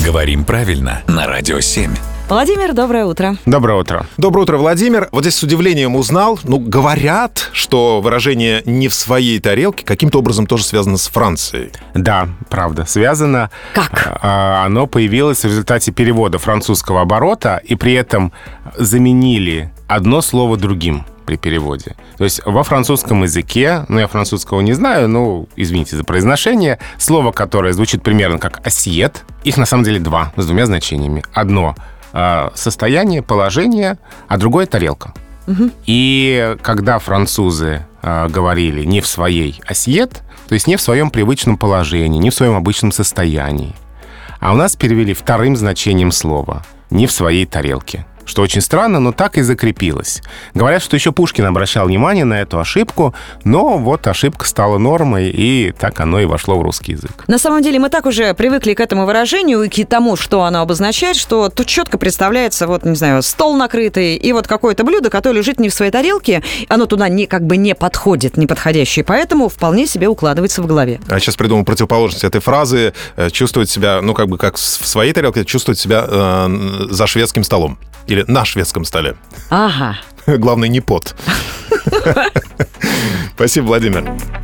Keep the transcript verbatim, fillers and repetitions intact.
Говорим правильно на Радио семь. Владимир, доброе утро. Доброе утро. Доброе утро, Владимир. Вот здесь с удивлением узнал, ну, говорят, что выражение «не в своей тарелке» каким-то образом тоже связано с Францией. Да, правда, связано. Как? А, Оно появилось в результате перевода французского оборота, и при этом заменили одно слово другим при переводе. То есть во французском языке, ну, я французского не знаю, ну, извините за произношение, слово, которое звучит примерно как «ассиет», их на самом деле два, с двумя значениями. Одно — состояние, положение, а другое — тарелка. Угу. И когда французы э, говорили не в своей ассиет, то есть не в своем привычном положении, не в своем обычном состоянии, а у нас перевели вторым значением слова «не в своей тарелке». Что очень странно, но так и закрепилось. Говорят, что еще Пушкин обращал внимание на эту ошибку, но вот ошибка стала нормой, и так оно и вошло в русский язык. На самом деле мы так уже привыкли к этому выражению и к тому, что оно обозначает, что тут четко представляется, вот, не знаю, стол накрытый, и вот какое-то блюдо, которое лежит не в своей тарелке, оно туда не, как бы не подходит, неподходящее, поэтому вполне себе укладывается в голове. А сейчас придумал противоположность этой фразы: чувствовать себя, ну, как бы как в своей тарелке, чувствовать себя э, за шведским столом. Или на шведском столе. Ага. Главное, не пот. Спасибо, Владимир.